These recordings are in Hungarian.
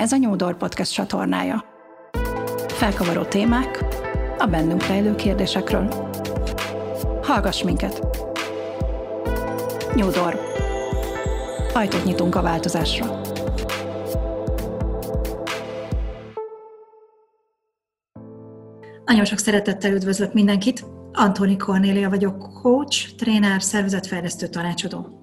Ez a New Door Podcast csatornája. Felkavaró témák a bennünk rejlő kérdésekről. Hallgass minket! New Door. Ajtót nyitunk a változásra. Nagyon sok szeretettel üdvözlök mindenkit. Antoni Kornélia vagyok, coach, tréner, szervezetfejlesztő tanácsadó.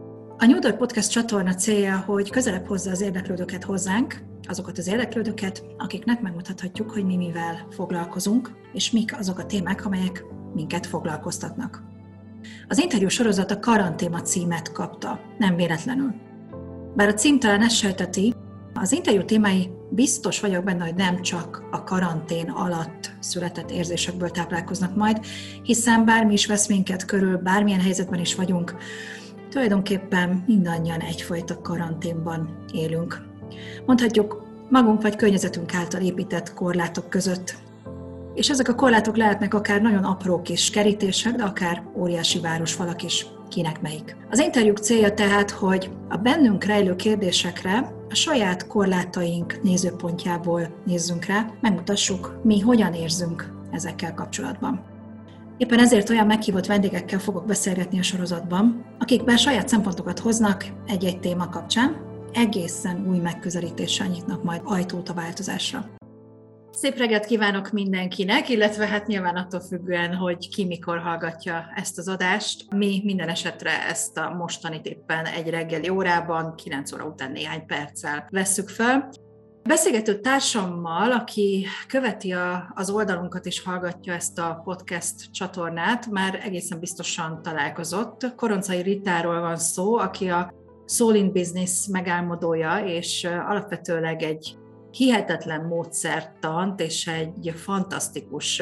A New Door Podcast csatorna célja, hogy közelebb hozza az érdeklődőket hozzánk, azokat az érdeklődőket, akiknek megmutathatjuk, hogy mi mivel foglalkozunk, és mik azok a témák, amelyek minket foglalkoztatnak. Az interjú sorozat a Karantéma címet kapta, nem véletlenül. Bár a cím talán ezt sejteti, az interjú témái biztos vagyok benne, hogy nem csak a karantén alatt született érzésekből táplálkoznak majd, hiszen bármi is vesz minket körül, bármilyen helyzetben is vagyunk, tulajdonképpen mindannyian egyfajta karanténban élünk. Mondhatjuk, magunk vagy környezetünk által épített korlátok között. És ezek a korlátok lehetnek akár nagyon apró kis kerítések, de akár óriási városfalak is, kinek melyik. Az interjúk célja tehát, hogy a bennünk rejlő kérdésekre a saját korlátaink nézőpontjából nézzünk rá, megmutassuk, mi hogyan érzünk ezekkel kapcsolatban. Éppen ezért olyan meghívott vendégekkel fogok beszélgetni a sorozatban, akik bár saját szempontokat hoznak egy-egy téma kapcsán, egészen új megközelítéssel nyitnak majd ajtót a változásra. Szép reggelt kívánok mindenkinek, illetve hát nyilván attól függően, hogy ki mikor hallgatja ezt az adást. Mi minden esetre ezt a mostanit éppen egy reggeli órában, 9 óra után néhány perccel vesszük fel. Beszélgető társammal, aki követi az oldalunkat és hallgatja ezt a podcast csatornát, már egészen biztosan találkozott. Koroncai Ritáról van szó, aki a Soul in Business megálmodója, és alapvetőleg egy hihetetlen módszertant és egy fantasztikus,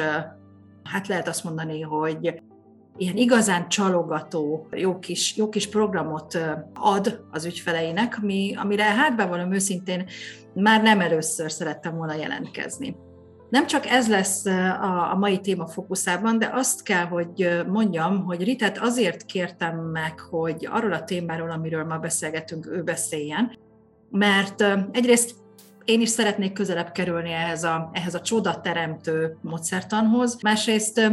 hát lehet azt mondani, hogy ilyen igazán csalogató, jó kis programot ad az ügyfeleinek, amire hát bevallom őszintén már nem először szerettem volna jelentkezni. Nem csak ez lesz a mai téma fókuszában, de azt kell, hogy mondjam, hogy Ritát azért kértem meg, hogy arról a témáról, amiről ma beszélgetünk, ő beszéljen, mert egyrészt én is szeretnék közelebb kerülni ehhez a csodateremtő módszertanhoz. Másrészt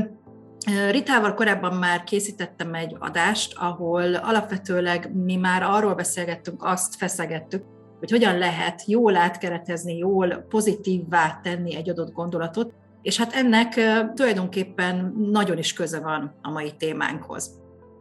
Ritával korábban már készítettem egy adást, ahol alapvetőleg mi már arról beszélgettünk, azt feszegettük, hogy hogyan lehet jól átkeretezni, jól pozitívvá tenni egy adott gondolatot, és hát ennek tulajdonképpen nagyon is köze van a mai témánkhoz.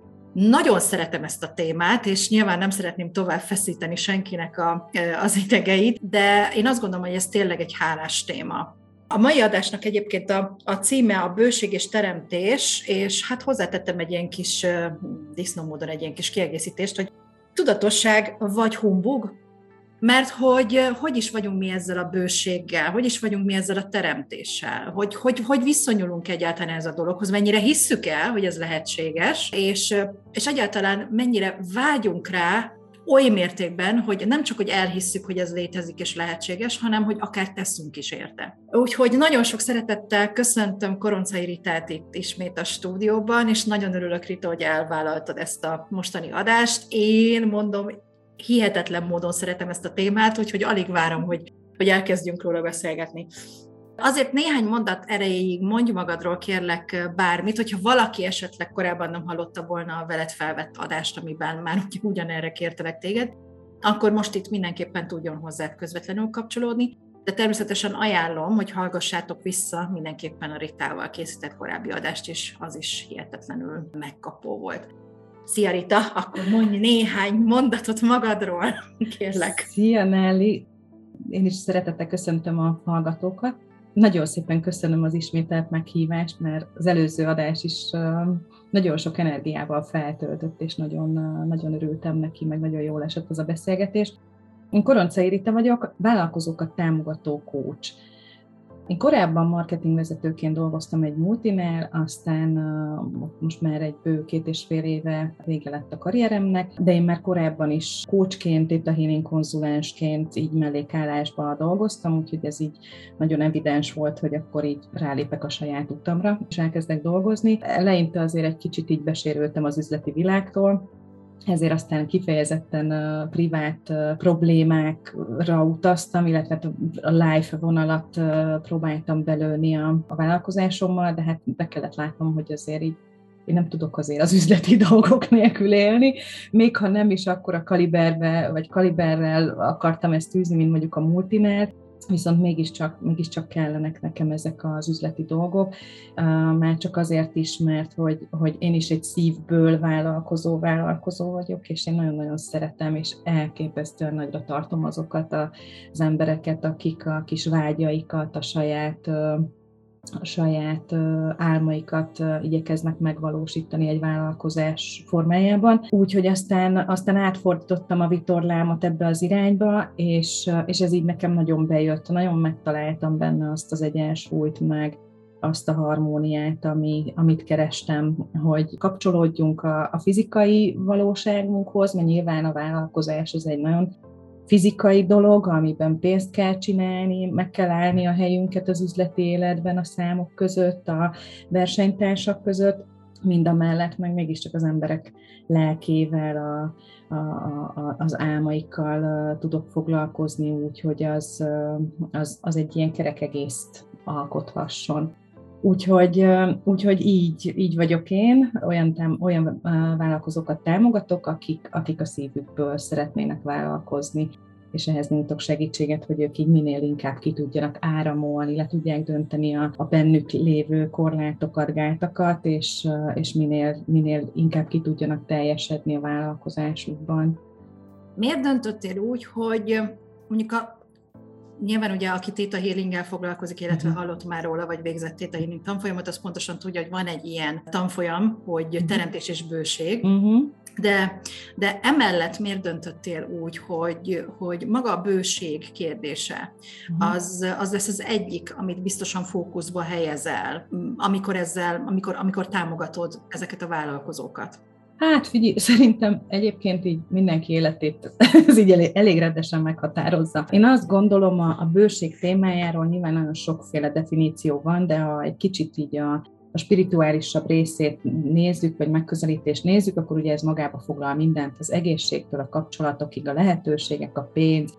Nagyon szeretem ezt a témát, és nyilván nem szeretném tovább feszíteni senkinek az idegeit, de én azt gondolom, hogy ez tényleg egy hálás téma. A mai adásnak egyébként a címe a bőség és teremtés, és hát hozzátettem egy ilyen kis disznómódon egy ilyen kis kiegészítést, hogy tudatosság vagy humbug, mert hogy is vagyunk mi ezzel a bőséggel, hogy is vagyunk mi ezzel a teremtéssel, hogy viszonyulunk egyáltalán ez a dologhoz, mennyire hisszük el, hogy ez lehetséges, és egyáltalán mennyire vágyunk rá oly mértékben, hogy nem csak, hogy elhisszük, hogy ez létezik és lehetséges, hanem, hogy akár teszünk is érte. Úgyhogy nagyon sok szeretettel köszöntöm Koroncai Ritát itt ismét a stúdióban, és nagyon örülök, Rita, hogy elvállaltad ezt a mostani adást. Én mondom, hihetetlen módon szeretem ezt a témát, úgyhogy alig várom, hogy elkezdjünk róla beszélgetni. Azért néhány mondat erejéig mondj magadról, kérlek bármit, hogyha valaki esetleg korábban nem hallotta volna a veled felvett adást, amiben már ugyanerre kértelek téged, akkor most itt mindenképpen tudjon hozzád közvetlenül kapcsolódni, de természetesen ajánlom, hogy hallgassátok vissza mindenképpen a Ritával készített korábbi adást, és az is hihetetlenül megkapó volt. Szia Rita, akkor mondj néhány mondatot magadról, kérlek. Szia Nelly, én is szeretettel köszöntöm a hallgatókat. Nagyon szépen köszönöm az ismételt meghívást, mert az előző adás is nagyon sok energiával feltöltött, és nagyon, nagyon örültem neki, meg nagyon jól esett az a beszélgetés. Én Koroncai Rita vagyok, vállalkozókat támogató coach. Én korábban marketingvezetőként dolgoztam egy multinál, aztán most már egy bő 2,5 éve vége lett a karrieremnek, de én már korábban is coachként, data healing konzulensként így mellékállásban dolgoztam, úgyhogy ez így nagyon evidens volt, hogy akkor így rálépek a saját utamra, és elkezdek dolgozni. Eleinte azért egy kicsit így besérültem az üzleti világtól, ezért aztán kifejezetten privát problémákra utaztam, illetve a live vonalat próbáltam belőni a vállalkozásommal, de hát be kellett látnom, hogy azért így én nem tudok azért az üzleti dolgok nélkül élni, még ha nem is akkor a kaliberbe, vagy kaliberrel akartam ezt űzni, mint mondjuk a multinál, viszont mégiscsak kellenek nekem ezek az üzleti dolgok, már csak azért is, mert hogy én is egy szívből vállalkozó vagyok, és én nagyon-nagyon szeretem, és elképesztően nagyra tartom azokat az embereket, akik a kis vágyaikat, a saját álmaikat igyekeznek megvalósítani egy vállalkozás formájában. Úgyhogy aztán átfordítottam a vitorlámat ebbe az irányba, és ez így nekem nagyon bejött. Nagyon megtaláltam benne azt az egyensúlyt, meg azt a harmóniát, amit kerestem, hogy kapcsolódjunk a fizikai valóságunkhoz, mert nyilván a vállalkozás az egy nagyon fizikai dolog, amiben pénzt kell csinálni, meg kell állni a helyünket az üzleti életben a számok között, a versenytársak között, mindamellett meg mégiscsak az emberek lelkével, az álmaikkal tudok foglalkozni úgy, hogy az egy ilyen kerek egészt alkothasson. Úgyhogy így vagyok én, olyan vállalkozókat támogatok, akik a szívükből szeretnének vállalkozni, és ehhez nyújtok segítséget, hogy ők így minél inkább ki tudjanak áramolni, le tudják dönteni a bennük lévő korlátokat, gátakat, és minél inkább ki tudjanak teljesedni a vállalkozásukban. Miért döntöttél úgy, hogy mondjuk nyilván ugye, aki Theta Healinggel foglalkozik, illetve hallott már róla, vagy végzett Theta Healing tanfolyamot, az pontosan tudja, hogy van egy ilyen tanfolyam, hogy teremtés és bőség, de emellett miért döntöttél úgy, hogy maga a bőség kérdése, az lesz az egyik, amit biztosan fókuszba helyezel, amikor támogatod ezeket a vállalkozókat? Hát figyelj, szerintem egyébként így mindenki életét ez így elég rendesen meghatározza. Én azt gondolom, a bőség témájáról nyilván nagyon sokféle definíció van, de ha egy kicsit így a spirituálisabb részét nézzük, vagy megközelítést nézzük, akkor ugye ez magába foglal mindent, az egészségtől a kapcsolatokig, a lehetőségek, a pénz,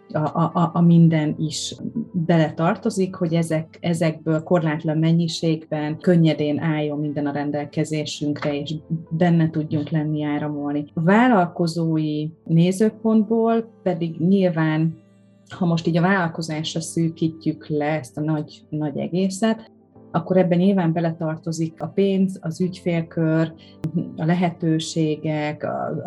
a minden is beletartozik, hogy ezekből korlátlan mennyiségben könnyedén álljon minden a rendelkezésünkre, és benne tudjunk lenni, áramolni. A vállalkozói nézőpontból pedig nyilván, ha most így a vállalkozásra szűkítjük le ezt a nagy egészet, akkor ebben nyilván beletartozik a pénz, az ügyfélkör, a lehetőségek,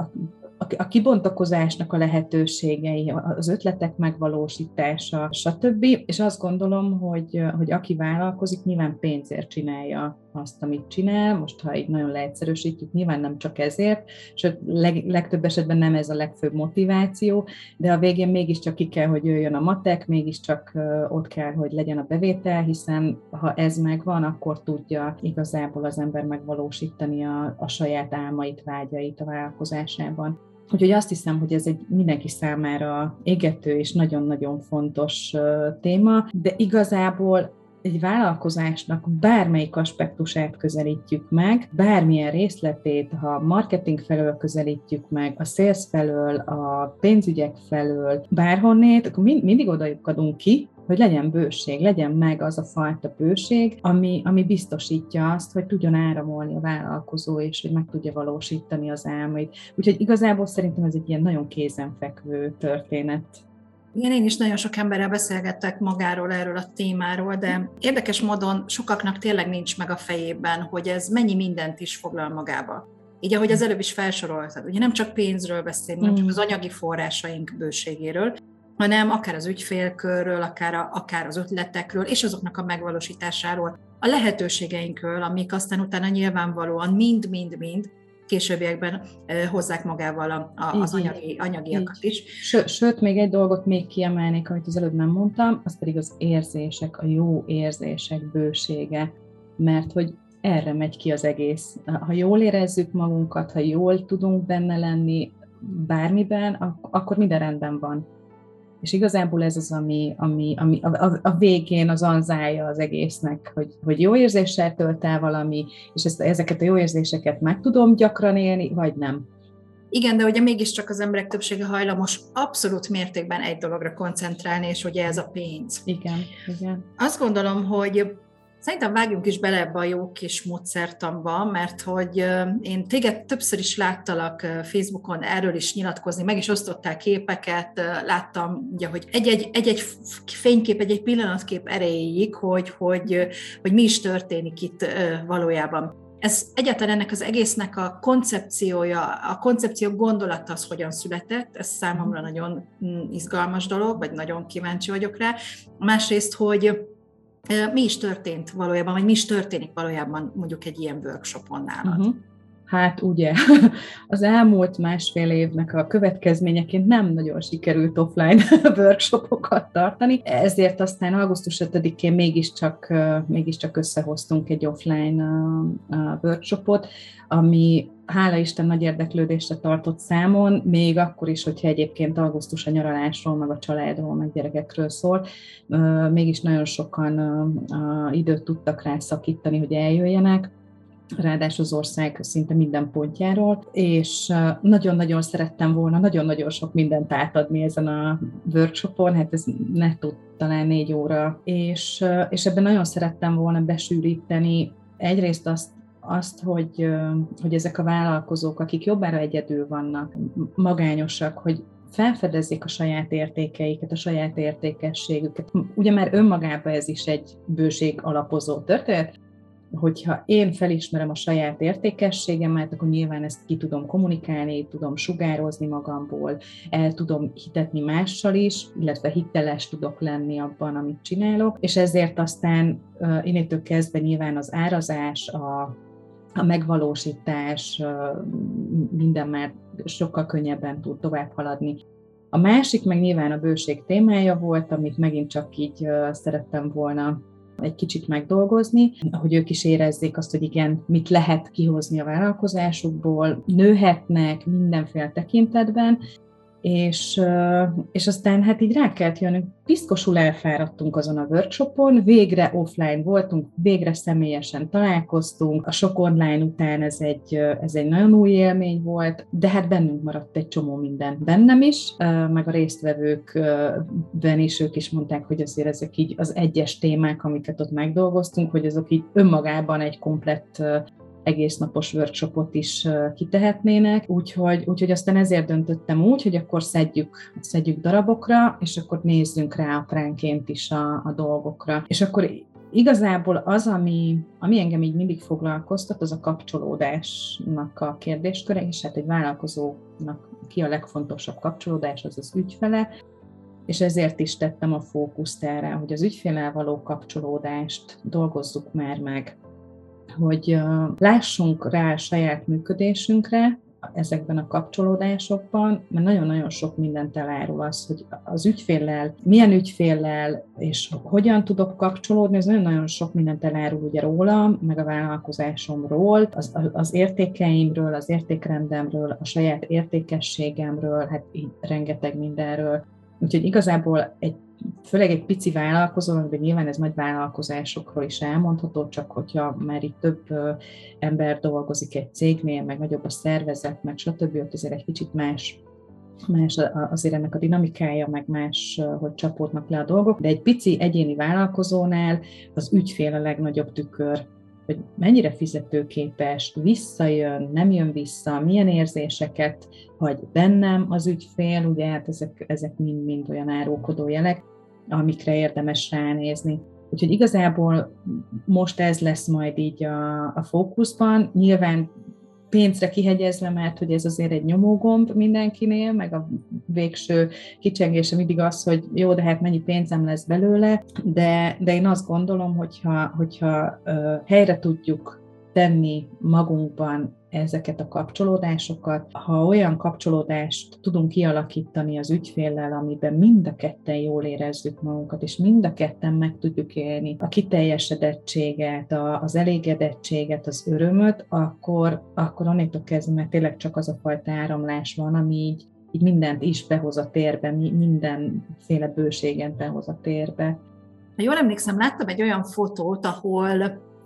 a kibontakozásnak a lehetőségei, az ötletek megvalósítása, stb. És azt gondolom, hogy aki vállalkozik, nyilván pénzért csinálja azt, amit csinál. Most, ha így nagyon leegyszerűsítjük, nyilván nem csak ezért, sőt, legtöbb esetben nem ez a legfőbb motiváció, de a végén mégiscsak ki kell, hogy jöjjön a matek, mégiscsak ott kell, hogy legyen a bevétel, hiszen ha ez megvan, akkor tudja igazából az ember megvalósítani a saját álmait, vágyait a vállalkozásában. Úgyhogy azt hiszem, hogy ez egy mindenki számára égető és nagyon-nagyon fontos téma, de igazából egy vállalkozásnak bármelyik aspektusát közelítjük meg, bármilyen részletét, ha marketing felől közelítjük meg, a sales felől, a pénzügyek felől, bárhonnét, akkor mindig odaadunk ki, hogy legyen bőség, legyen meg az a fajta bőség, ami biztosítja azt, hogy tudjon áramolni a vállalkozó, és hogy meg tudja valósítani az álmait. Úgyhogy igazából szerintem ez egy ilyen nagyon kézenfekvő történet. Igen, én is nagyon sok emberrel beszélgettek magáról, erről a témáról, de érdekes módon sokaknak tényleg nincs meg a fejében, hogy ez mennyi mindent is foglal magába. Így, ahogy az előbb is felsoroltad, ugye nem csak pénzről beszélünk, nem csak az anyagi forrásaink bőségéről, hanem akár az ügyfélkörről, akár az ötletekről, és azoknak a megvalósításáról, a lehetőségeinkről, amik aztán utána nyilvánvalóan mind későbbiekben hozzák magával az anyagiakat is. Sőt, még egy dolgot még kiemelnék, amit az előbb nem mondtam, az pedig az érzések, a jó érzések bősége, mert hogy erre megy ki az egész. Ha jól érezzük magunkat, ha jól tudunk benne lenni bármiben, akkor minden rendben van. És igazából ez az, ami a végén az anzája az egésznek, hogy jó érzéssel tölt el valami, és ezeket a jó érzéseket meg tudom gyakran élni, vagy nem. Igen, de ugye mégiscsak az emberek többsége hajlamos abszolút mértékben egy dologra koncentrálni, és ugye ez a pénz. Igen. Azt gondolom, hogy szerintem vágjunk is bele ebbe a jó kis módszertamba, mert hogy én téged többször is láttalak Facebookon erről is nyilatkozni, meg is osztottál képeket, láttam, ugye, hogy egy-egy fénykép, egy-egy pillanatkép erejéig, hogy mi is történik itt valójában. Ez egyáltalán ennek az egésznek a koncepciója, a koncepció gondolata az hogyan született, ez számomra nagyon izgalmas dolog, vagy nagyon kíváncsi vagyok rá. Másrészt, hogy mi is történt valójában, vagy mi is történik valójában mondjuk egy ilyen workshopon nálad? Hát ugye, az elmúlt másfél évnek a következményeként nem nagyon sikerült offline workshopokat tartani, ezért aztán augusztus 5-én mégiscsak összehoztunk egy offline workshopot, ami hála Isten nagy érdeklődésre tartott számon, még akkor is, hogyha egyébként augusztus a nyaralásról, meg a családról, meg gyerekekről szól, mégis nagyon sokan időt tudtak rá szakítani, hogy eljöjjenek, ráadásul az ország szinte minden pontjáról, és nagyon-nagyon szerettem volna nagyon-nagyon sok mindent átadni ezen a workshopon, hát ez nettó talán 4 óra, és ebben nagyon szerettem volna besűríteni egyrészt azt, hogy ezek a vállalkozók, akik jobbára egyedül vannak, magányosak, hogy felfedezzék a saját értékeiket, a saját értékességüket. Ugye már önmagában ez is egy bőség alapozó történet, hogyha én felismerem a saját értékességemet, akkor nyilván ezt ki tudom kommunikálni, tudom sugározni magamból, el tudom hitetni mással is, illetve hiteles tudok lenni abban, amit csinálok, és ezért aztán innentől kezdve nyilván az árazás, a megvalósítás, minden már sokkal könnyebben tud tovább haladni. A másik meg nyilván a bőség témája volt, amit megint csak így szerettem volna egy kicsit megdolgozni, hogy ők is érezzék azt, hogy igen, mit lehet kihozni a vállalkozásukból, nőhetnek mindenféle tekintetben, és aztán hát így rá kellett jönnünk, piszkosul elfáradtunk azon a workshopon, végre offline voltunk, végre személyesen találkoztunk, a sok online után ez egy nagyon új élmény volt, de hát bennünk maradt egy csomó minden, bennem is, meg a résztvevőkben is, ők is mondták, hogy azért ezek így az egyes témák, amiket ott megdolgoztunk, hogy azok így önmagában egy komplett egész napos workshopot is kitehetnének, úgyhogy aztán ezért döntöttem úgy, hogy akkor szedjük darabokra, és akkor nézzünk rá apránként is a dolgokra. És akkor igazából az, ami engem így mindig foglalkoztat, az a kapcsolódásnak a kérdésköre, és hát egy vállalkozónak ki a legfontosabb kapcsolódás, az az ügyfele, és ezért is tettem a fókuszt erre, hogy az ügyféllel való kapcsolódást dolgozzuk már meg, hogy lássunk rá a saját működésünkre ezekben a kapcsolódásokban, mert nagyon-nagyon sok mindent elárul az, hogy az ügyféllel, milyen ügyféllel és hogyan tudok kapcsolódni, ez nagyon-nagyon sok mindent elárul ugye rólam, meg a vállalkozásomról, az értékeimről, az értékrendemről, a saját értékességemről, hát így rengeteg mindenről. Úgyhogy igazából főleg egy pici vállalkozó, de nyilván ez nagy vállalkozásokról is elmondható, csak hogyha már itt több ember dolgozik egy cégnél, meg nagyobb a szervezet, meg stb., ott azért egy kicsit más azért ennek a dinamikája, meg más, hogy csapódnak le a dolgok, de egy pici egyéni vállalkozónál az ügyfél a legnagyobb tükör, hogy mennyire fizetőképes, visszajön, nem jön vissza, milyen érzéseket hagy bennem az ügyfél, ugye hát ezek mind olyan árulkodó jelek, amikre érdemes ránézni. Úgyhogy igazából most ez lesz majd így a fókuszban. Nyilván pénzre kihegyezve, mert hogy ez azért egy nyomógomb mindenkinél, meg a végső kicsengése mindig az, hogy jó, de hát mennyi pénzem lesz belőle, de én azt gondolom, hogyha helyre tudjuk tenni magunkban ezeket a kapcsolódásokat, ha olyan kapcsolódást tudunk kialakítani az ügyféllel, amiben mind a ketten jól érezzük magunkat, és mind a ketten meg tudjuk élni a kiteljesedettséget, az elégedettséget, az örömöt, akkor onnantól kezdve, mert tényleg csak az a fajta áramlás van, ami így mindent is behoz a térbe, mindenféle bőségen behoz a térbe. Ha jól emlékszem, láttam egy olyan fotót, ahol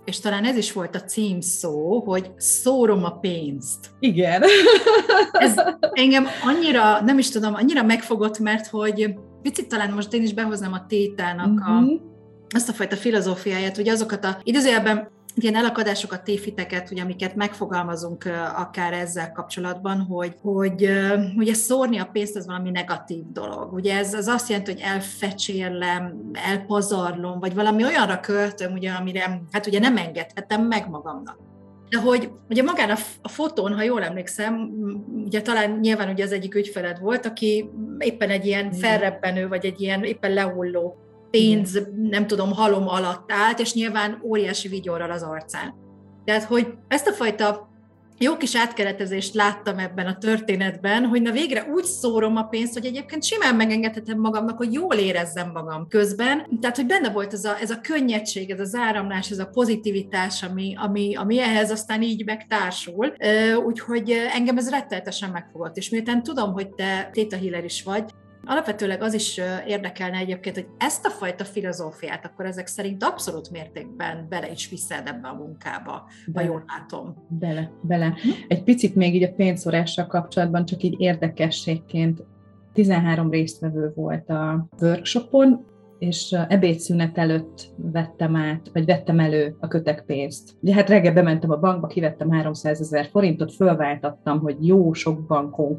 és talán ez is volt a címszó, hogy szórom a pénzt. Igen. Ez engem annyira, nem is tudom, annyira megfogott, mert hogy picit talán most én is behoznám a tétának azt a fajta filozófiáját, hogy azokat a idézőjelben ilyen elakadásokat, tévhiteket, ugye, amiket megfogalmazunk akár ezzel kapcsolatban, hogy ugye szórni a pénzt az valami negatív dolog. Ugye ez az azt jelenti, hogy elfecsérlem, elpazarlom, vagy valami olyanra költöm, ugye, amire hát ugye nem engedhetem meg magamnak. De hogy ugye magán a fotón, ha jól emlékszem, ugye talán nyilván ugye az egyik ügyfeled volt, aki éppen egy ilyen felrebbenő, vagy egy ilyen éppen lehulló pénz, nem tudom, halom alatt állt, és nyilván óriási vigyorral az arcán. Tehát, hogy ezt a fajta jó kis átkeretezést láttam ebben a történetben, hogy na végre úgy szórom a pénzt, hogy egyébként simán megengedhetem magamnak, hogy jól érezzem magam közben. Tehát, hogy benne volt ez a könnyedség, ez az áramlás, ez a pozitivitás, ami ehhez aztán így megtársul. Úgyhogy engem ez rettenetesen megfogott. És miután tudom, hogy te Theta Healer is vagy, alapvetőleg az is érdekelne egyébként, hogy ezt a fajta filozófiát akkor ezek szerint abszolút mértékben bele is viszed ebbe a munkába, ha jól látom. Bele. Egy picit még így a pénzszorással kapcsolatban, csak így érdekességként 13 résztvevő volt a workshopon, és ebédszünet előtt vettem elő a kötekpénzt. Ugye hát reggel bementem a bankba, kivettem 300 000 forintot, fölváltattam, hogy jó sok bankunk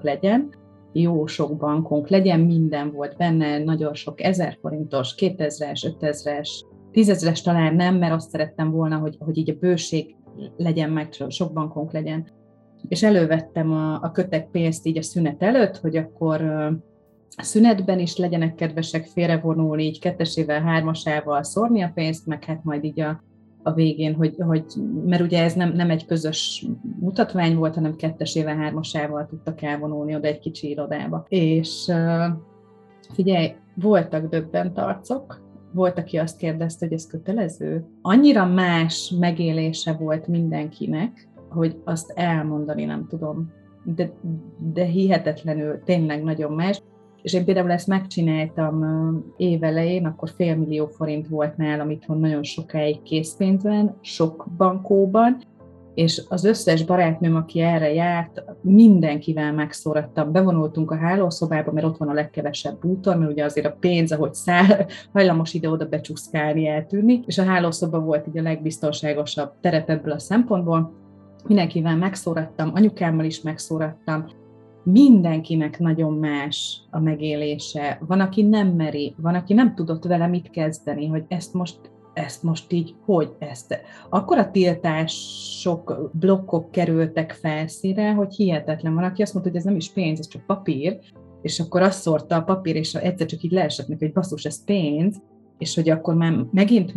legyen, minden volt benne, nagyon sok 1000 forintos, 2000-es, 5000-es, 10 000-es talán nem, mert azt szerettem volna, hogy így a bőség legyen meg, sok bankunk legyen. És elővettem a kötekpénzt így a szünet előtt, hogy akkor a szünetben is legyenek kedvesek félrevonulni, így 2-esével, 3-asával szórni a pénzt, meg hát majd így a végén, hogy mert ugye ez nem egy közös mutatvány volt, hanem 2-esével, 3-asával tudtak elvonulni oda egy kicsi irodába. És figyelj, voltak döbbent arcok, volt, aki azt kérdezte, hogy ez kötelező. Annyira más megélése volt mindenkinek, hogy azt elmondani nem tudom. De hihetetlenül, tényleg nagyon más. És én például ezt megcsináltam évelején, akkor 500 000 forint volt nálam itthon nagyon sokáig készpénzben, sok bankóban, és az összes barátnőm, aki erre járt, mindenkivel megszórattam. Bevonultunk a hálószobába, mert ott van a legkevesebb bútor, mert ugye azért a pénz, ahogy száll, hajlamos ide-oda becsúszkálni, eltűnni, és a hálószoba volt így a legbiztonságosabb terep ebből a szempontból. Mindenkivel megszórattam, anyukámmal is megszórattam. Mindenkinek nagyon más a megélése. Van, aki nem meri, van, aki nem tudott vele mit kezdeni, hogy ezt most így, hogy ezt. Akkor a tiltások, blokkok kerültek felszínre, hogy hihetetlen. Van, aki azt mondta, hogy ez nem is pénz, ez csak papír, és akkor azt szórta a papír, és egyszer csak így leesett neki, hogy basszus, ez pénz, és hogy akkor már megint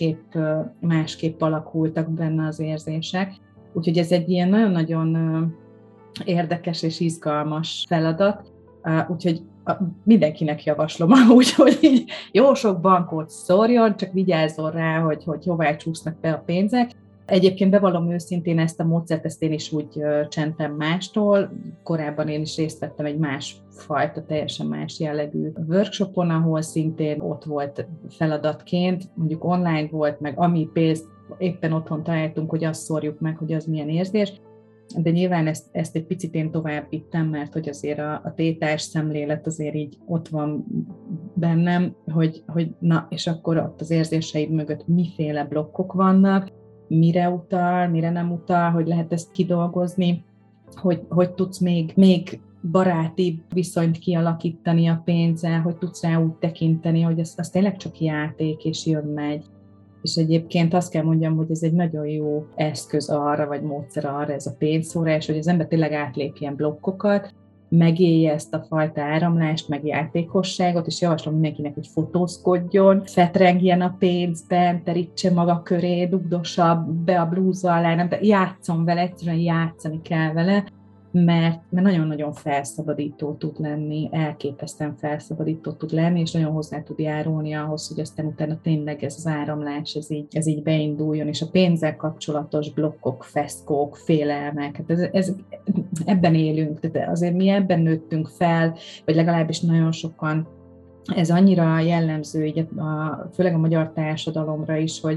másképp alakultak benne az érzések. Úgyhogy ez egy ilyen nagyon-nagyon érdekes és izgalmas feladat, úgyhogy mindenkinek javaslom úgy, hogy így jó sok bankot szórjon, csak vigyázzon rá, hogy hová csúsznak be a pénzek. Egyébként bevallom őszintén, ezt a módszert ezt én is úgy csentem mástól. Korábban én is részt vettem egy másfajta, teljesen más jellegű workshopon, ahol szintén ott volt feladatként, mondjuk online volt, meg ami pénzt éppen otthon találtunk, hogy azt szórjuk meg, hogy az milyen érzés. De nyilván ezt egy picit én tovább vittem, mert hogy azért a tétás szemlélet azért így ott van bennem, hogy na, és akkor ott az érzéseid mögött miféle blokkok vannak, mire utal, mire nem utal, hogy lehet ezt kidolgozni, hogy tudsz még barátibb viszonyt kialakítani a pénzzel, hogy tudsz rá úgy tekinteni, hogy az tényleg csak játék, és jön-megy. És egyébként azt kell mondjam, hogy ez egy nagyon jó eszköz arra, vagy módszer arra, ez a pénzszórás, hogy az ember tényleg átlép ilyen blokkokat, megélje ezt a fajta áramlást, meg játékosságot, és javaslom mindenkinek, hogy fotózkodjon, fetrengjen a pénzben, terítse maga köré, dugdossa be a blúza alá, de játszon vele, egyszerűen játszani kell vele, mert nagyon-nagyon felszabadító tud lenni, elképesztően felszabadító tud lenni, és nagyon hozzá tud járulni ahhoz, hogy aztán utána tényleg ez az áramlás, ez így beinduljon, és a pénzzel kapcsolatos blokkok, feszkók, félelmek, ez ebben élünk, tehát azért mi ebben nőttünk fel, vagy legalábbis nagyon sokan, ez annyira jellemző, így főleg a magyar társadalomra is,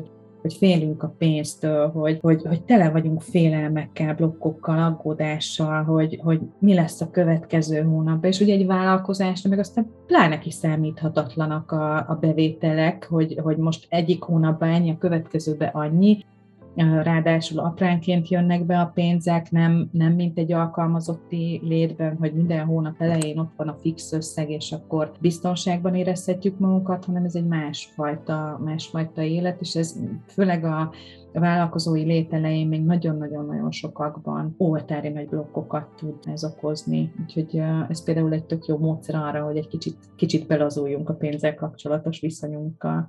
hogy félünk a pénztől, hogy tele vagyunk félelmekkel, blokkokkal, aggódással, hogy mi lesz a következő hónapban, és ugye egy vállalkozásra meg aztán pláne kiszámíthatatlanak a bevételek, hogy most egyik hónapban ennyi, a következőben annyi, ráadásul apránként jönnek be a pénzek, nem mint egy alkalmazotti létben, hogy minden hónap elején ott van a fix összeg, és akkor biztonságban érezhetjük magunkat, hanem ez egy másfajta élet, és ez főleg a vállalkozói lét elején még nagyon-nagyon-nagyon sokakban oltári nagy blokkokat tud ez okozni. Úgyhogy ez például egy tök jó módszer arra, hogy egy kicsit belazuljunk a pénzzel kapcsolatos viszonyunkkal.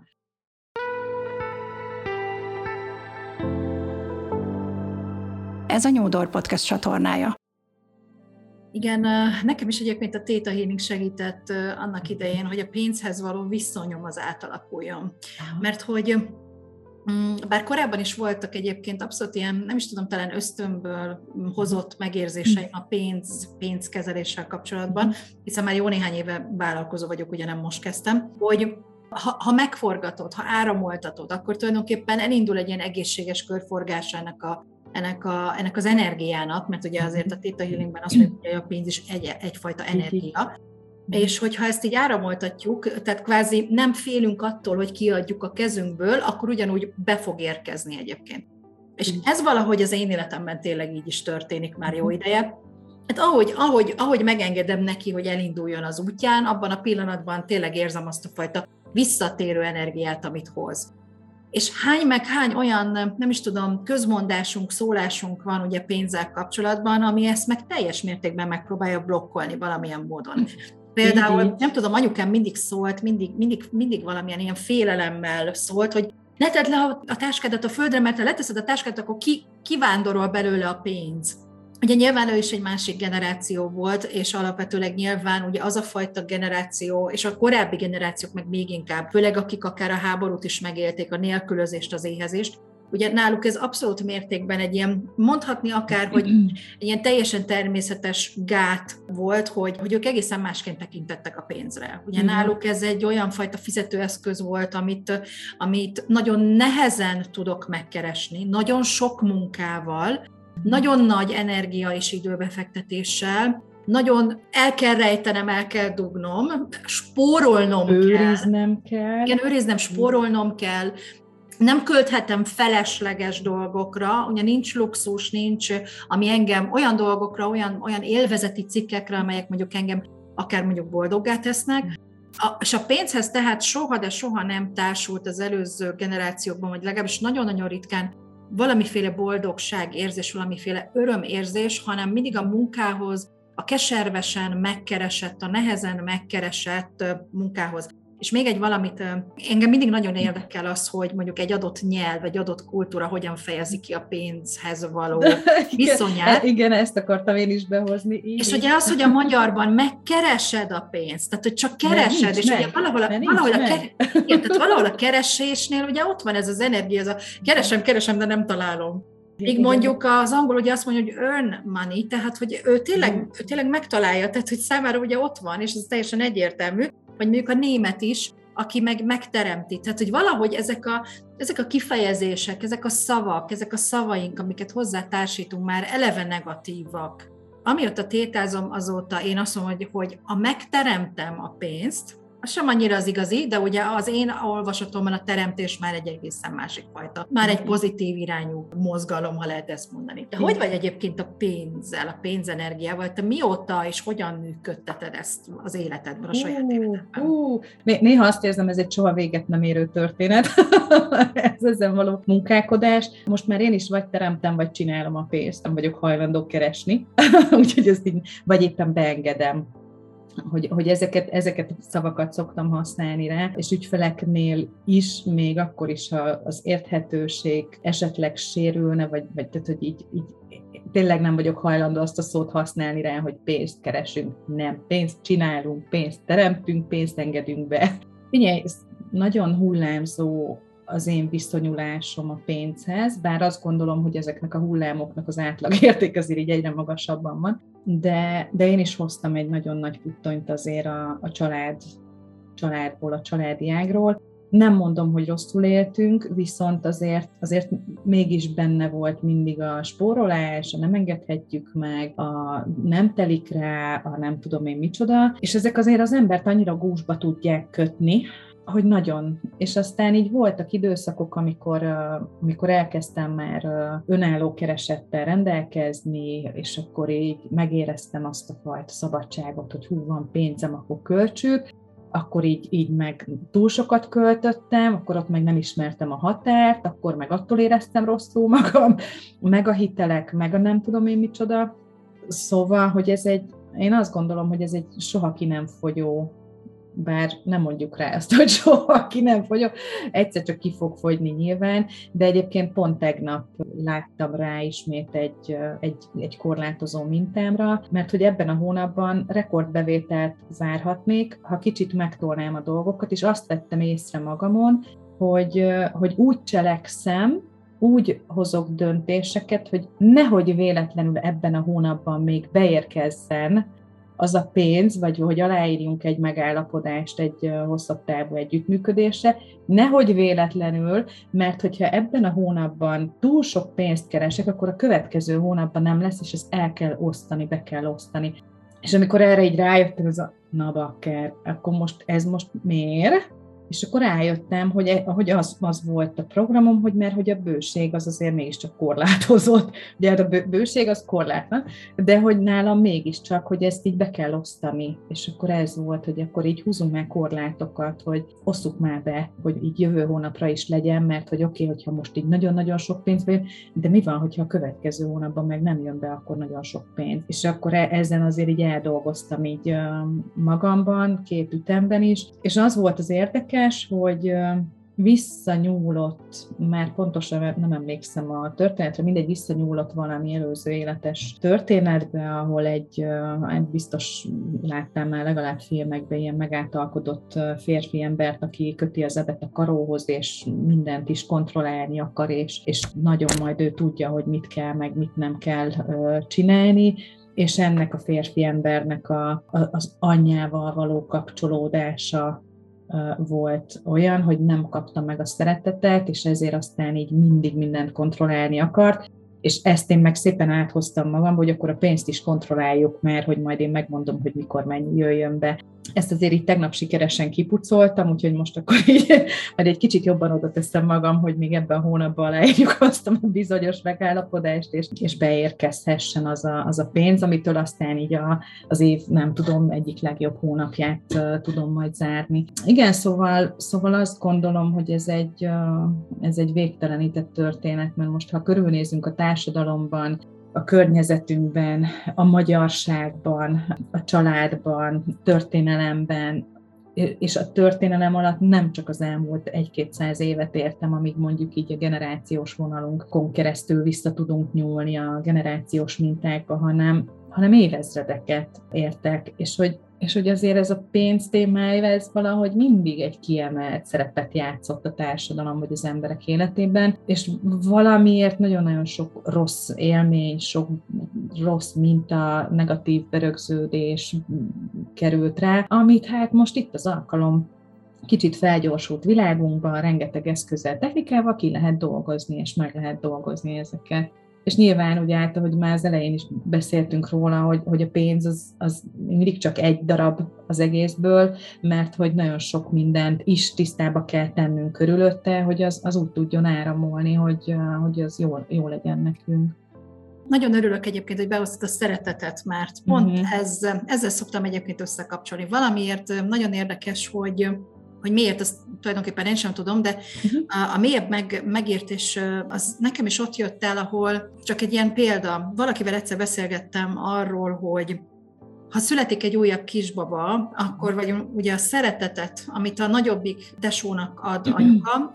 Ez a New Door Podcast csatornája. Igen, nekem is egyébként a Theta Healing segített annak idején, hogy a pénzhez való viszonyom az átalakuljon. Mert hogy bár korábban is voltak egyébként abszolút ilyen, nem is tudom, talán ösztönből hozott megérzéseim a pénzkezeléssel kapcsolatban, hiszen már jó néhány éve vállalkozó vagyok, ugye nem most kezdtem, hogy ha megforgatod, ha áramoltatod, akkor tulajdonképpen elindul egy ilyen egészséges körforgás ennek az energiának, mert ugye azért a Theta Healingben azt mondjuk, hogy a pénz is egyfajta energia, és hogyha ezt így áramoltatjuk, tehát kvázi nem félünk attól, hogy kiadjuk a kezünkből, akkor ugyanúgy be fog érkezni egyébként. És ez valahogy az én életemben tényleg így is történik már jó ideje. Hát ahogy megengedem neki, hogy elinduljon az útján, abban a pillanatban tényleg érzem azt a fajta visszatérő energiát, amit hoz. És hány olyan, nem is tudom, közmondásunk, szólásunk van ugye pénzzel kapcsolatban, ami ezt meg teljes mértékben megpróbálja blokkolni valamilyen módon. Például, nem tudom, anyukám mindig szólt, mindig valamilyen ilyen félelemmel szólt, hogy ne tedd le a táskádat a földre, mert ha leteszed a táskádat, akkor kivándorol belőle a pénz. Ugye nyilván ő is egy másik generáció volt, és alapvetőleg nyilván ugye az a fajta generáció, és a korábbi generációk meg még inkább, főleg akik akár a háborút is megélték, a nélkülözést, az éhezést, ugye náluk ez abszolút mértékben egy ilyen, mondhatni akár, hogy egy ilyen teljesen természetes gát volt, hogy ők egészen másként tekintettek a pénzre. Ugye náluk ez egy olyan fajta fizetőeszköz volt, amit nagyon nehezen tudok megkeresni, nagyon sok munkával, nagyon nagy energia és időbefektetéssel, nagyon el kell rejtenem, el kell dugnom, spórolnom őriznem kell. Igen, őriznem, spórolnom kell. Nem költhetem felesleges dolgokra, ugye nincs luxus, nincs, ami engem olyan dolgokra, olyan élvezeti cikkekre, amelyek mondjuk engem akár mondjuk boldoggá tesznek. És a pénzhez tehát soha, de soha nem társult az előző generációkban, vagy legalábbis nagyon-nagyon ritkán valamiféle boldogság érzés, valamiféle örömérzés, hanem mindig a munkához, a keservesen megkeresett, a nehezen megkeresett munkához. És még egy valamit, engem mindig nagyon érdekel az, hogy mondjuk egy adott nyelv, egy adott kultúra hogyan fejezi ki a pénzhez való viszonyát. Igen, ezt akartam én is behozni. És ugye az, hogy a magyarban megkeresed a pénzt, tehát hogy csak keresed, és ugye valahol a keresésnél ugye ott van ez az energia, ez a keresem, de nem találom. Míg mondjuk az angol ugye azt mondja, hogy earn money, tehát hogy ő tényleg megtalálja, tehát hogy számára ugye ott van, és ez teljesen egyértelmű, vagy mondjuk a német is, aki meg megteremti. Tehát, hogy valahogy ezek a kifejezések, ezek a szavaink, amiket hozzátársítunk, már eleve negatívak. Amióta tétázom, azóta én azt mondom, hogy ha megteremtem a pénzt, az sem annyira az igazi, de ugye az én olvasatomban a teremtés már egy egészen másik fajta. Már egy pozitív irányú mozgalom, ha lehet ezt mondani. De hogy vagy egyébként a pénzzel, a pénzenergiával? Te mióta és hogyan működteted ezt az életedben, a saját életedben? Néha azt érzem, ez egy soha véget nem érő történet, ez ezen való munkálkodás. Most már én is vagy teremtem, vagy csinálom a pénzt, nem vagyok hajlandó keresni, úgyhogy ezt így, vagy éppen beengedem. Hogy ezeket a szavakat szoktam használni rá, és ügyfeleknél is, még akkor is, ha az érthetőség esetleg sérülne, vagy tehát, hogy így tényleg nem vagyok hajlandó azt a szót használni rá, hogy pénzt keresünk. Nem, pénzt csinálunk, pénzt teremtünk, pénzt engedünk be. Figyelj, ez nagyon hullámzó az én viszonyulásom a pénzhez, bár azt gondolom, hogy ezeknek a hullámoknak az átlagérték azért így egyre magasabban van, de én is hoztam egy nagyon nagy futtonyt azért a családból, a családi ágról. Nem mondom, hogy rosszul éltünk, viszont azért mégis benne volt mindig a spórolás, a nem engedhetjük meg, a nem telik rá, a nem tudom én micsoda, és ezek azért az embert annyira gúzsba tudják kötni, hogy nagyon. És aztán így voltak időszakok, amikor elkezdtem már önálló keresettel rendelkezni, és akkor így megéreztem azt a fajta szabadságot, hogy van pénzem, akkor költsük, akkor így meg túl sokat költöttem, akkor ott meg nem ismertem a határt, akkor meg attól éreztem rosszul magam, meg a hitelek, meg a nem tudom én micsoda. Szóval, hogy én azt gondolom, hogy ez egy soha ki nem fogyó, bár nem mondjuk rá azt, hogy soha ki nem fogyó, egyszer csak ki fog fogyni nyilván, de egyébként pont tegnap láttam rá ismét egy korlátozó mintámra, mert hogy ebben a hónapban rekordbevételt várhatnék, ha kicsit megtolnám a dolgokat, és azt vettem észre magamon, hogy úgy cselekszem, úgy hozok döntéseket, hogy nehogy véletlenül ebben a hónapban még beérkezzen az a pénz, vagy hogy aláírjunk egy megállapodást egy hosszabb távú együttműködésre, nehogy véletlenül, mert hogyha ebben a hónapban túl sok pénzt keresek, akkor a következő hónapban nem lesz, és ezt el kell osztani, be kell osztani. És amikor erre így rájöttem, na bakker, akkor ez most miért? És akkor rájöttem, hogy az volt a programom, hogy a bőség az azért mégiscsak korlátozott. Ugye a bőség az korlátlan, de hogy nálam mégiscsak, hogy ezt így be kell osztani. És akkor ez volt, hogy akkor így húzunk már korlátokat, hogy osszuk már be, hogy így jövő hónapra is legyen, mert hogy oké, hogyha most így nagyon-nagyon sok pénz jön, de mi van, hogyha a következő hónapban meg nem jön be, akkor nagyon sok pénz. És akkor ezen azért így eldolgoztam így magamban, 2 ütemben is. És az volt az érdekes, hogy visszanyúlott, már pontosan nem emlékszem a történetre, mindegy visszanyúlott valami előző életes történetbe, ahol egy biztos láttam már legalább filmekben ilyen megátalkodott férfi embert, aki köti az ebet a karóhoz, és mindent is kontrollálni akar, és nagyon majd ő tudja, hogy mit kell, meg mit nem kell csinálni, és ennek a férfi embernek az anyjával való kapcsolódása volt olyan, hogy nem kapta meg a szeretetet, és ezért aztán így mindig mindent kontrollálni akart, és ezt én meg szépen áthoztam magam, hogy akkor a pénzt is kontrolláljuk, mert hogy majd én megmondom, hogy mikor mennyi jöjjön be. Ezt azért így tegnap sikeresen kipucoltam, úgyhogy most akkor így majd egy kicsit jobban oda teszem magam, hogy még ebben a hónapban aláírjuk azt a bizonyos megállapodást, és beérkezhessen az a pénz, amitől aztán így az év, nem tudom, egyik legjobb hónapját tudom majd zárni. Igen, szóval azt gondolom, hogy ez egy végtelenített történet, mert most ha körülnézünk a társadalomban, a környezetünkben, a magyarságban, a családban, történelemben, és a történelem alatt nem csak az elmúlt 1-200 évet értem, amíg mondjuk így a generációs vonalunkon keresztül vissza tudunk nyúlni a generációs mintákba, hanem évezredeket értek, és hogy azért ez a pénz témája, ez valahogy mindig egy kiemelt szerepet játszott a társadalom vagy az emberek életében, és valamiért nagyon-nagyon sok rossz élmény, sok rossz minta, negatív berögződés került rá, amit hát most itt az alkalom, kicsit felgyorsult világunkban, rengeteg eszközzel, technikával ki lehet dolgozni, és meg lehet dolgozni ezeket. És nyilván, ugye ahogy már az elején is beszéltünk róla, hogy a pénz az mindig csak egy darab az egészből, mert hogy nagyon sok mindent is tisztába kell tennünk körülötte, hogy az úgy tudjon áramolni, hogy az jó legyen nekünk. Nagyon örülök egyébként, hogy behoztad a szeretetet, mert pont ezzel szoktam egyébként összekapcsolni. Valamiért nagyon érdekes, hogy miért, azt tulajdonképpen én sem tudom, de a mélyebb megértés az nekem is ott jött el, ahol csak egy ilyen példa. Valakivel egyszer beszélgettem arról, hogy ha születik egy újabb kisbaba, akkor vagy ugye a szeretetet, amit a nagyobbik tesónak ad anyuka,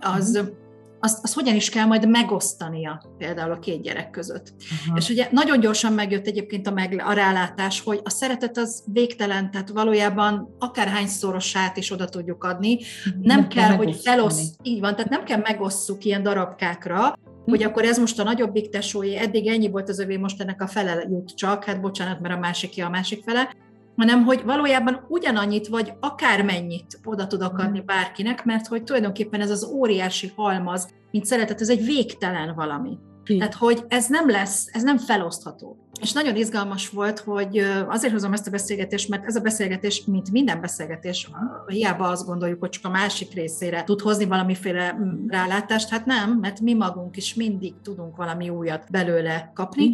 azt hogyan is kell majd megosztania például a 2 gyerek között. Aha. És ugye nagyon gyorsan megjött egyébként a rálátás, hogy a szeretet az végtelen, tehát valójában akárhányszorosát is oda tudjuk adni. Nem kell, hogy így van, tehát nem kell megosszuk ilyen darabkákra, hogy akkor ez most a nagyobbik tesói, eddig ennyi volt az övé, most ennek a fele jut csak, hát bocsánat, mert a másikja a másik fele, hanem hogy valójában ugyanannyit, vagy akármennyit oda tudok adni bárkinek, mert hogy tulajdonképpen ez az óriási halmaz, mint szeretet, ez egy végtelen valami. Tehát, hogy ez nem lesz, ez nem felosztható. És nagyon izgalmas volt, hogy azért hozom ezt a beszélgetést, mert ez a beszélgetés, mint minden beszélgetés, hiába azt gondoljuk, hogy csak a másik részére tud hozni valamiféle rálátást, hát nem, mert mi magunk is mindig tudunk valami újat belőle kapni,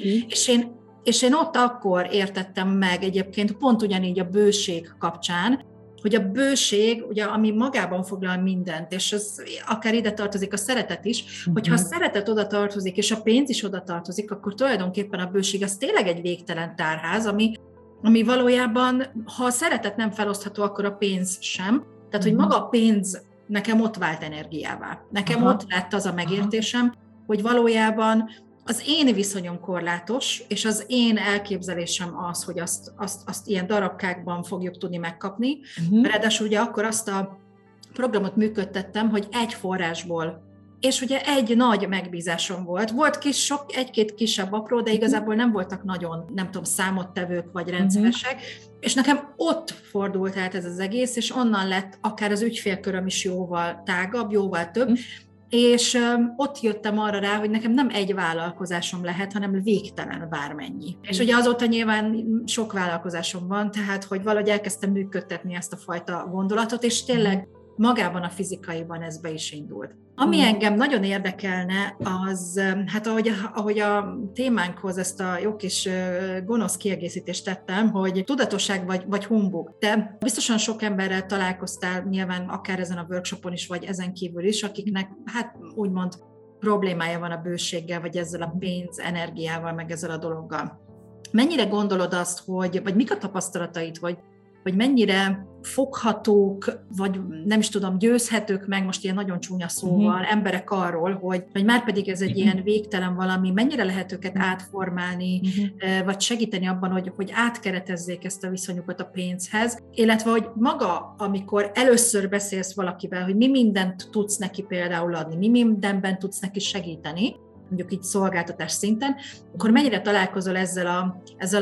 és én ott akkor értettem meg egyébként pont ugyanígy a bőség kapcsán, hogy a bőség, ugye, ami magában foglal mindent, és az akár ide tartozik a szeretet is, hogyha a szeretet oda tartozik, és a pénz is oda tartozik, akkor tulajdonképpen a bőség az tényleg egy végtelen tárház, ami valójában, ha a szeretet nem felosztható, akkor a pénz sem. Tehát, hogy maga a pénz nekem ott vált energiává. Nekem ott lett az a megértésem, hogy valójában az én viszonyom korlátos, és az én elképzelésem az, hogy azt ilyen darabkákban fogjuk tudni megkapni. Ráadásul ugye akkor azt a programot működtettem, hogy egy forrásból, és ugye egy nagy megbízásom volt. Volt egy-két kisebb apró, de igazából nem voltak nagyon, nem tudom, számottevők vagy rendszeresek, és nekem ott fordult át ez az egész, és onnan lett akár az ügyfélköröm is jóval tágabb, jóval több, és ott jöttem arra rá, hogy nekem nem egy vállalkozásom lehet, hanem végtelen bármennyi. És ugye azóta nyilván sok vállalkozásom van, tehát hogy valahogy elkezdtem működtetni ezt a fajta gondolatot, és tényleg magában a fizikaiban ez be is indult. Ami engem nagyon érdekelne, az, hát ahogy a témánkhoz ezt a jó kis gonosz kiegészítést tettem, hogy tudatosság vagy humbug. Te biztosan sok emberrel találkoztál, nyilván akár ezen a workshopon is, vagy ezen kívül is, akiknek hát úgymond problémája van a bőséggel, vagy ezzel a pénz, energiával, meg ezzel a dologgal. Mennyire gondolod azt, vagy mik a tapasztalataid, hogy mennyire foghatók, vagy nem is tudom, győzhetők meg, most ilyen nagyon csúnya szóval, emberek arról, hogy már pedig ez egy ilyen végtelen valami, mennyire lehet őket átformálni, vagy segíteni abban, hogy átkeretezzék ezt a viszonyukat a pénzhez, illetve, hogy maga, amikor először beszélsz valakivel, hogy mi mindent tudsz neki például adni, mi mindenben tudsz neki segíteni, mondjuk így szolgáltatás szinten, akkor mennyire találkozol ezzel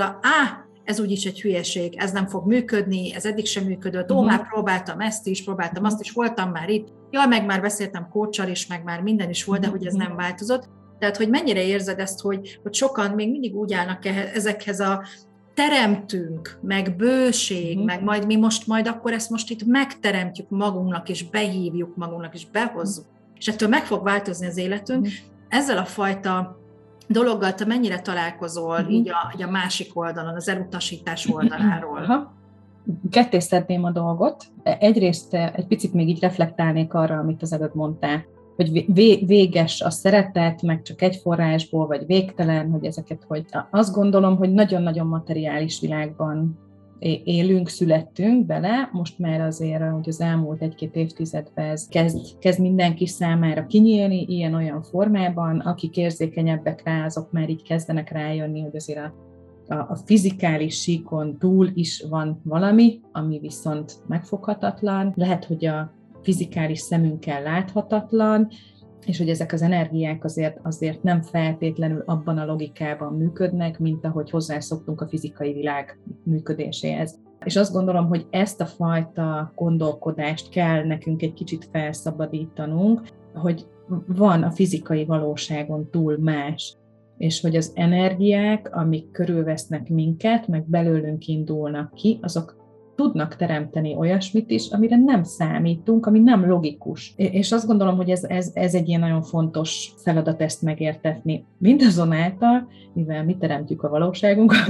ez úgyis egy hülyeség, ez nem fog működni, ez eddig sem működött, már próbáltam ezt is, próbáltam azt is, voltam már itt, meg már beszéltem coachal is, meg már minden is volt, de hogy ez nem változott. Tehát, hogy mennyire érzed ezt, hogy sokan még mindig úgy állnak ezekhez a teremtünk, meg bőség, meg majd akkor ezt most itt megteremtjük magunknak, és behívjuk magunknak, és behozzuk. És ettől meg fog változni az életünk. Ezzel a fajta dologgal te mennyire találkozol így a másik oldalon, az elutasítás oldaláról? Ketté szedném a dolgot. Egyrészt egy picit még így reflektálnék arra, amit az előbb mondtál, hogy véges a szeretet, meg csak egy forrásból, vagy végtelen, hogy ezeket, hogy azt gondolom, hogy nagyon-nagyon materiális világban élünk, születtünk bele, most már azért, hogy az elmúlt egy-két évtizedben ez kezd mindenki számára kinyílni ilyen-olyan formában, akik érzékenyebbek rá, azok már így kezdenek rájönni, hogy azért a fizikális síkon túl is van valami, ami viszont megfoghatatlan, lehet, hogy a fizikális szemünkkel láthatatlan, és hogy ezek az energiák azért nem feltétlenül abban a logikában működnek, mint ahogy hozzászoktunk a fizikai világ működéséhez. És azt gondolom, hogy ezt a fajta gondolkodást kell nekünk egy kicsit felszabadítanunk, hogy van a fizikai valóságon túl más, és hogy az energiák, amik körülvesznek minket, meg belőlünk indulnak ki, azok tudnak teremteni olyasmit is, amire nem számítunk, ami nem logikus. És azt gondolom, hogy ez egy ilyen nagyon fontos feladat ezt megértetni. Mindazonáltal, mivel mi teremtjük a valóságunkat,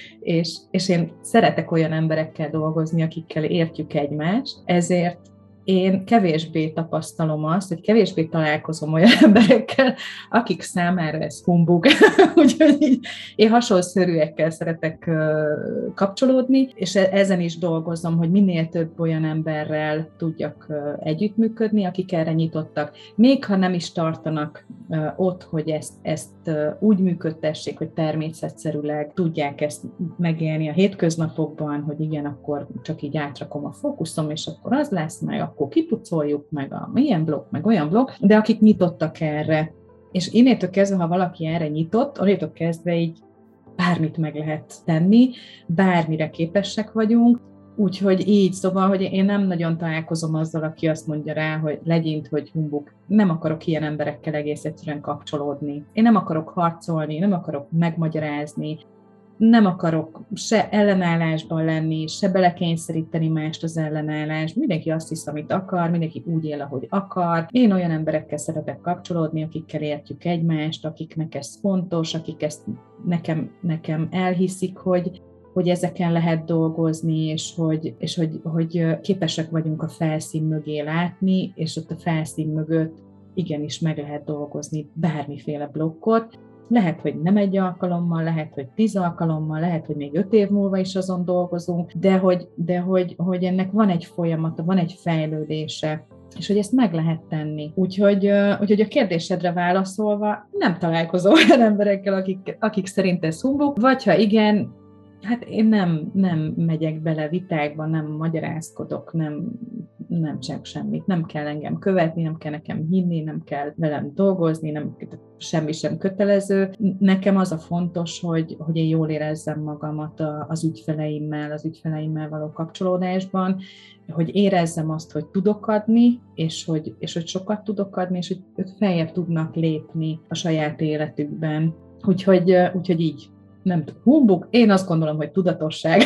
és én szeretek olyan emberekkel dolgozni, akikkel értjük egymást, ezért én kevésbé tapasztalom azt, hogy kevésbé találkozom olyan emberekkel, akik számára ez humbug. Úgyhogy én hasonszörűekkel szeretek kapcsolódni, és ezen is dolgozom, hogy minél több olyan emberrel tudjak együttműködni, akik erre nyitottak. Még ha nem is tartanak ott, hogy ezt úgy működtessék, hogy természetszerűleg tudják ezt megélni a hétköznapokban, hogy igen, akkor csak így átrakom a fókuszom, és akkor az lesz meg, akkor kipucoljuk meg a milyen blokk, meg olyan blokk, de akik nyitottak erre. És innétől kezdve, ha valaki erre nyitott, annétől kezdve így bármit meg lehet tenni, bármire képesek vagyunk. Úgyhogy így, szóval, hogy én nem nagyon találkozom azzal, aki azt mondja rá, hogy legyint, hogy humbug. Nem akarok ilyen emberekkel egész egyszerűen kapcsolódni. Én nem akarok harcolni, nem akarok megmagyarázni, nem akarok se ellenállásban lenni, se belekényszeríteni mást az ellenállás. Mindenki azt hisz, amit akar, mindenki úgy él, ahogy akar. Én olyan emberekkel szeretek kapcsolódni, akikkel értjük egymást, akiknek ez fontos, akik ezt nekem elhiszik, hogy ezeken lehet dolgozni, és hogy képesek vagyunk a felszín mögé látni, és ott a felszín mögött igenis meg lehet dolgozni bármiféle blokkot. Lehet, hogy nem egy alkalommal, lehet, hogy 10 alkalommal, lehet, hogy még 5 év múlva is azon dolgozunk, de hogy ennek van egy folyamata, van egy fejlődése, és hogy ezt meg lehet tenni. Úgyhogy a kérdésedre válaszolva, nem találkozom olyan emberekkel, akik szerint ez humbug, vagy ha igen, hát én nem megyek bele vitákba, nem magyarázkodok, nem csinálok semmit, nem kell engem követni, nem kell nekem hinni, nem kell velem dolgozni, semmi sem kötelező. Nekem az a fontos, hogy én jól érezzem magamat az ügyfeleimmel való kapcsolódásban, hogy érezzem azt, hogy tudok adni, és hogy sokat tudok adni, és hogy ők feljebb tudnak lépni a saját életükben. Úgyhogy így. Nem humbug, én azt gondolom, hogy tudatosság.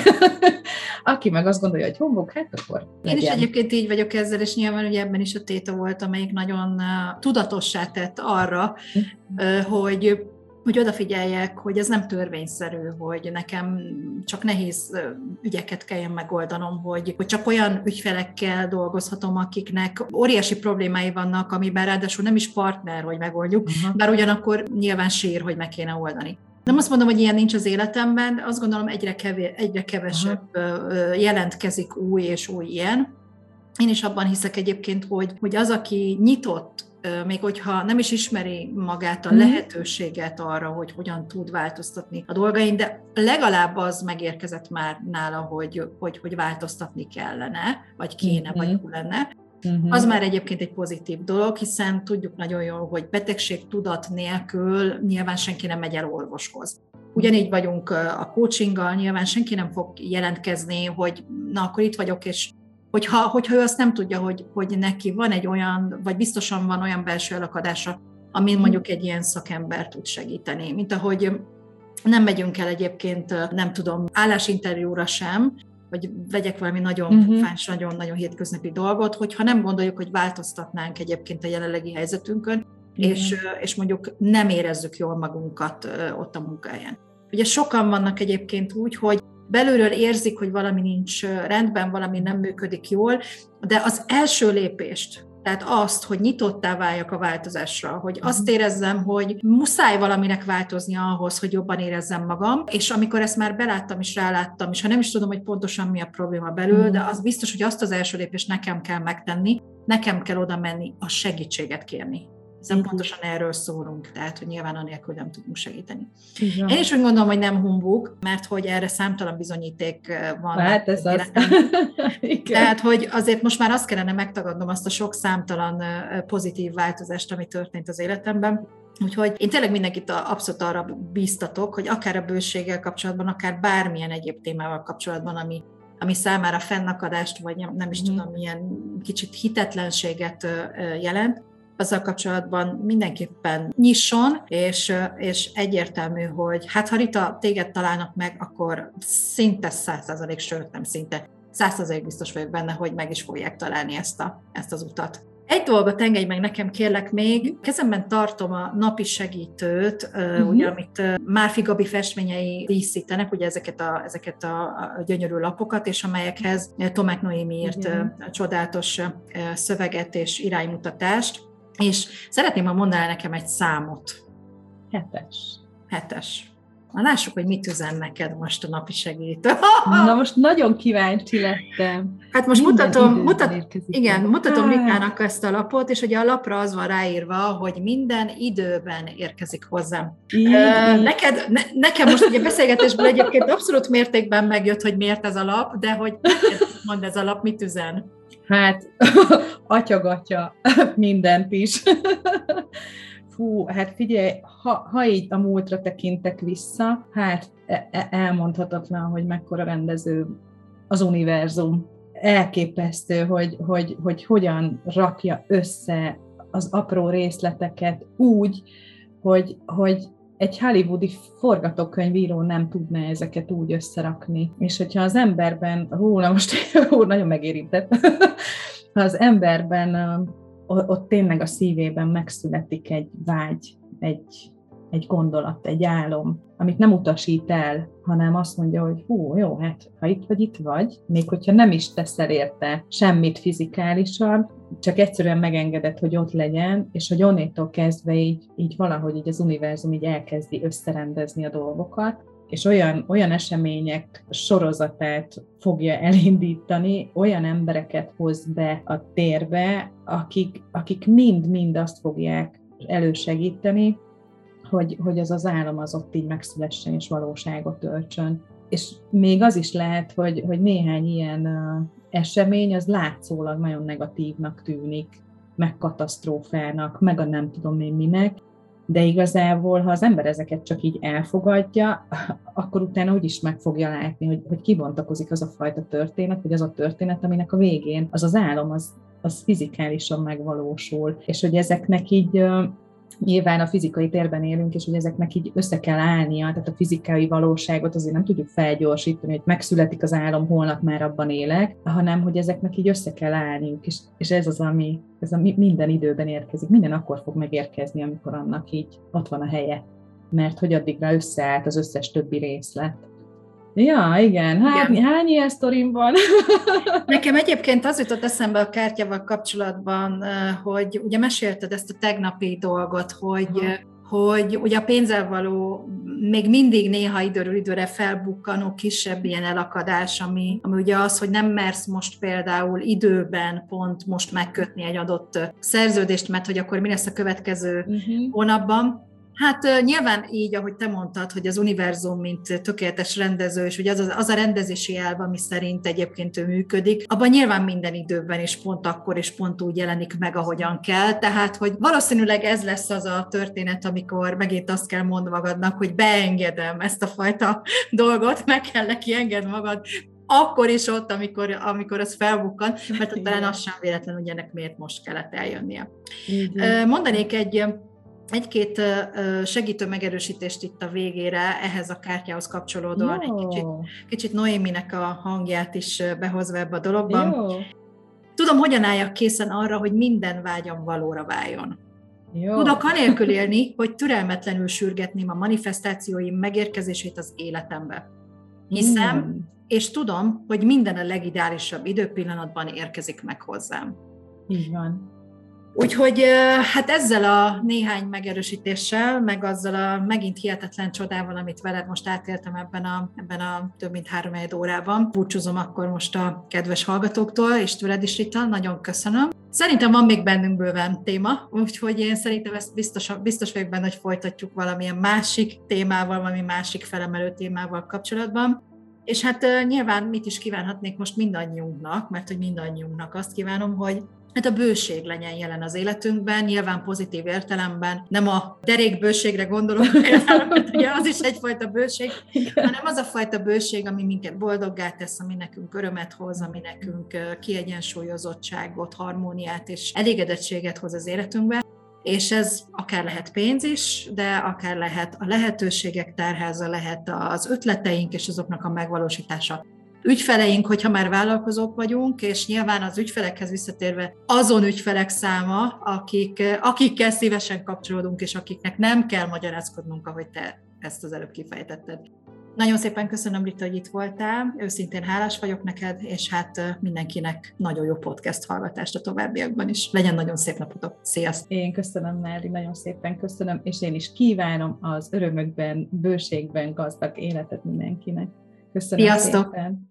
Aki meg azt gondolja, hogy humbug, hát akkor legyen. Én is egyébként így vagyok ezzel, és nyilván ugye ebben is a Téta volt, amelyik nagyon tudatossá tett arra, hogy odafigyeljek, hogy ez nem törvényszerű, hogy nekem csak nehéz ügyeket kelljen megoldanom, hogy csak olyan ügyfelekkel dolgozhatom, akiknek óriási problémái vannak, amiben ráadásul nem is partner, hogy megoldjuk, bár ugyanakkor nyilván sír, hogy meg kéne oldani. Nem azt mondom, hogy ilyen nincs az életemben, azt gondolom egyre kevesebb jelentkezik új és új ilyen. Én is abban hiszek egyébként, hogy az, aki nyitott, még hogyha nem is ismeri magát a lehetőséget arra, hogy hogyan tud változtatni a dolgain, de legalább az megérkezett már nála, hogy változtatni kellene, vagy kéne, vagy jó lenne. Az már egyébként egy pozitív dolog, hiszen tudjuk nagyon jól, hogy betegségtudat nélkül nyilván senki nem megy el orvoshoz. Ugyanígy vagyunk a coachinggal, nyilván senki nem fog jelentkezni, hogy na, akkor itt vagyok, és hogyha ő azt nem tudja, hogy neki van egy olyan, vagy biztosan van olyan belső elakadása, amin mondjuk egy ilyen szakember tud segíteni. Mint ahogy nem megyünk el egyébként, nem tudom, állásinterjúra sem, vagy vegyek valami nagyon fáns, nagyon-nagyon hétköznapi dolgot, hogyha nem gondoljuk, hogy változtatnánk egyébként a jelenlegi helyzetünkön, és mondjuk nem érezzük jól magunkat ott a munkahelyen. Ugye sokan vannak egyébként úgy, hogy belülről érzik, hogy valami nincs rendben, valami nem működik jól, de az első lépést, tehát azt, hogy nyitottá váljak a változásra, hogy azt érezzem, hogy muszáj valaminek változnia ahhoz, hogy jobban érezzem magam, és amikor ezt már beláttam és ráláttam, és ha nem is tudom, hogy pontosan mi a probléma belül, de az biztos, hogy azt az első lépést nekem kell megtenni, nekem kell oda menni, a segítséget kérni. Hiszen pontosan erről szólunk, tehát, hogy nyilván anélkül nem tudunk segíteni. Igen. Én is úgy gondolom, hogy nem humbug, mert hogy erre számtalan bizonyíték van. Hát ez az. Tehát, hogy azért most már azt kellene megtagadnom azt a sok számtalan pozitív változást, ami történt az életemben. Úgyhogy én tényleg mindenkit abszolút arra bíztatok, hogy akár a bőséggel kapcsolatban, akár bármilyen egyéb témával kapcsolatban, ami számára fennakadást, vagy nem is tudom, milyen kicsit hitetlenséget jelent, azzal kapcsolatban mindenképpen nyisson, és egyértelmű, hogy hát ha Rita, téged találnak meg, akkor szinte 100%, sőt nem szinte 100% biztos vagyok benne, hogy meg is fogják találni ezt az utat. Egy dolgot engedj meg nekem, kérlek még, kezemben tartom a napi segítőt, ugye, amit Márfi Gabi festményei díszítenek, ugye ezeket a gyönyörű lapokat, és amelyekhez Tomák Noémi írt csodálatos szöveget és iránymutatást, és szeretném, ha mondanál nekem egy számot. 7. Na, lássuk, hogy mit üzen neked most a napi segítő. Na, most nagyon kíváncsi lettem. Hát most mutatom Ritának ezt a lapot, és ugye a lapra az van ráírva, hogy minden időben érkezik hozzám. Nekem most ugye beszélgetésből egyébként abszolút mértékben megjött, hogy miért ez a lap, de hogy mondd, ez a lap mit üzen? Hát, atyagatja mindent is. Fú, hát figyelj, ha így a múltra tekintek vissza, hát elmondhatatlan, hogy mekkora rendező az univerzum. Elképesztő, hogy hogyan rakja össze az apró részleteket úgy, hogy egy hollywoodi forgatókönyvíró nem tudná ezeket úgy összerakni. És hogyha az emberben, nagyon megérintett, ha az emberben ott tényleg a szívében megszületik egy vágy, egy gondolat, egy álom, amit nem utasít el, hanem azt mondja, hogy jó, hát ha itt vagy, még hogyha nem is teszel érte semmit fizikálisan, csak egyszerűen megengedett, hogy ott legyen, és hogy onnétól kezdve így valahogy így az univerzum így elkezdi összerendezni a dolgokat, és olyan események sorozatát fogja elindítani, olyan embereket hoz be a térbe, akik mind azt fogják elősegíteni, hogy az álom az ott így megszülessen és valóságot öltsön. És még az is lehet, hogy néhány ilyen esemény az látszólag nagyon negatívnak tűnik, meg katasztrófának, meg a nem tudom én minek, de igazából, ha az ember ezeket csak így elfogadja, akkor utána úgyis meg fogja látni, hogy kibontakozik az a fajta történet, vagy az a történet, aminek a végén az álom az fizikálisan megvalósul, és hogy ezeknek így nyilván a fizikai térben élünk, és hogy ezeknek így össze kell állnia, tehát a fizikai valóságot azért nem tudjuk felgyorsítani, hogy megszületik az álom, holnap már abban élek, hanem hogy ezeknek így össze kell állniuk, és ez az, ami minden időben érkezik, minden akkor fog megérkezni, amikor annak így ott van a helye, mert hogy addigra összeállt az összes többi részlet. Ja, igen. Hány ilyen sztorim van? Nekem egyébként az jutott eszembe a kártyával kapcsolatban, hogy ugye mesélted ezt a tegnapi dolgot, hogy ugye a pénzzel való, még mindig néha időről időre felbukkanó kisebb ilyen elakadás, ami ugye az, hogy nem mersz most például időben pont most megkötni egy adott szerződést, mert hogy akkor mi lesz a következő hónapban. Hát nyilván így, ahogy te mondtad, hogy az univerzum, mint tökéletes rendező, és hogy az a rendezési elv, ami szerint egyébként ő működik, abban nyilván minden időben és pont akkor és pont úgy jelenik meg, ahogyan kell. Tehát, hogy valószínűleg ez lesz az a történet, amikor megint azt kell mondd magadnak, hogy beengedem ezt a fajta dolgot, meg kell neki engedni magad, akkor is ott, amikor az felbukkan, mert talán az sem véletlen, hogy ennek miért most kellett eljönnie. Mondanék egy-két segítő megerősítést itt a végére, ehhez a kártyához kapcsolódóan egy kicsit Noéminek a hangját is behozva ebbe a dologban. Jó. Tudom, hogyan álljak készen arra, hogy minden vágyam valóra váljon. Jó. Tudok anélkül élni, hogy türelmetlenül sürgetném a manifestációim megérkezését az életembe. Hiszem, és tudom, hogy minden a legideálisabb időpillanatban érkezik meg hozzám. Így van. Úgyhogy hát ezzel a néhány megerősítéssel, meg azzal a megint hihetetlen csodával, amit veled most átéltem ebben a több mint 3 órában. Búcsúzom akkor most a kedves hallgatóktól, és tőled is, Rita, nagyon köszönöm. Szerintem van még bennünk bőven téma, úgyhogy én szerintem ezt biztos vagyok benne, hogy folytatjuk valamilyen másik témával, valami másik felemelő témával kapcsolatban. És hát nyilván mit is kívánhatnék most mindannyiunknak, mert hogy mindannyiunknak azt kívánom, hogy hát a bőség legyen jelen az életünkben, nyilván pozitív értelemben, nem a derékbőségre gondolok például, mert ugye az is egyfajta bőség, hanem az a fajta bőség, ami minket boldoggá tesz, ami nekünk örömet hoz, ami nekünk kiegyensúlyozottságot, harmóniát és elégedettséget hoz az életünkbe. És ez akár lehet pénz is, de akár lehet a lehetőségek tárháza, lehet az ötleteink és azoknak a megvalósítása. Ügyfeleink, hogyha már vállalkozók vagyunk, és nyilván az ügyfelekhez visszatérve azon ügyfelek száma, akikkel szívesen kapcsolódunk, és akiknek nem kell magyarázkodnunk, ahogy te ezt az előbb kifejtetted. Nagyon szépen köszönöm, Rita, hogy itt voltál, őszintén hálás vagyok neked, és hát mindenkinek nagyon jó podcast hallgatást a továbbiakban is. Legyen nagyon szép napotok. Sziasztok! Én köszönöm, Mári, nagyon szépen köszönöm, és én is kívánom az örömökben, bőségben gazdag életet mindenkinek. Köszönöm. Sziasztok! Szépen!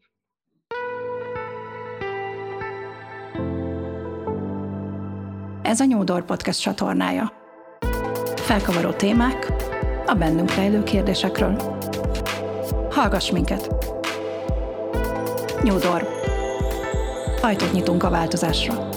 Ez a New Door Podcast csatornája. Felkavaró témák a bennünk rejlő kérdésekről. Hallgass minket! New Door. Ajtót nyitunk a változásra.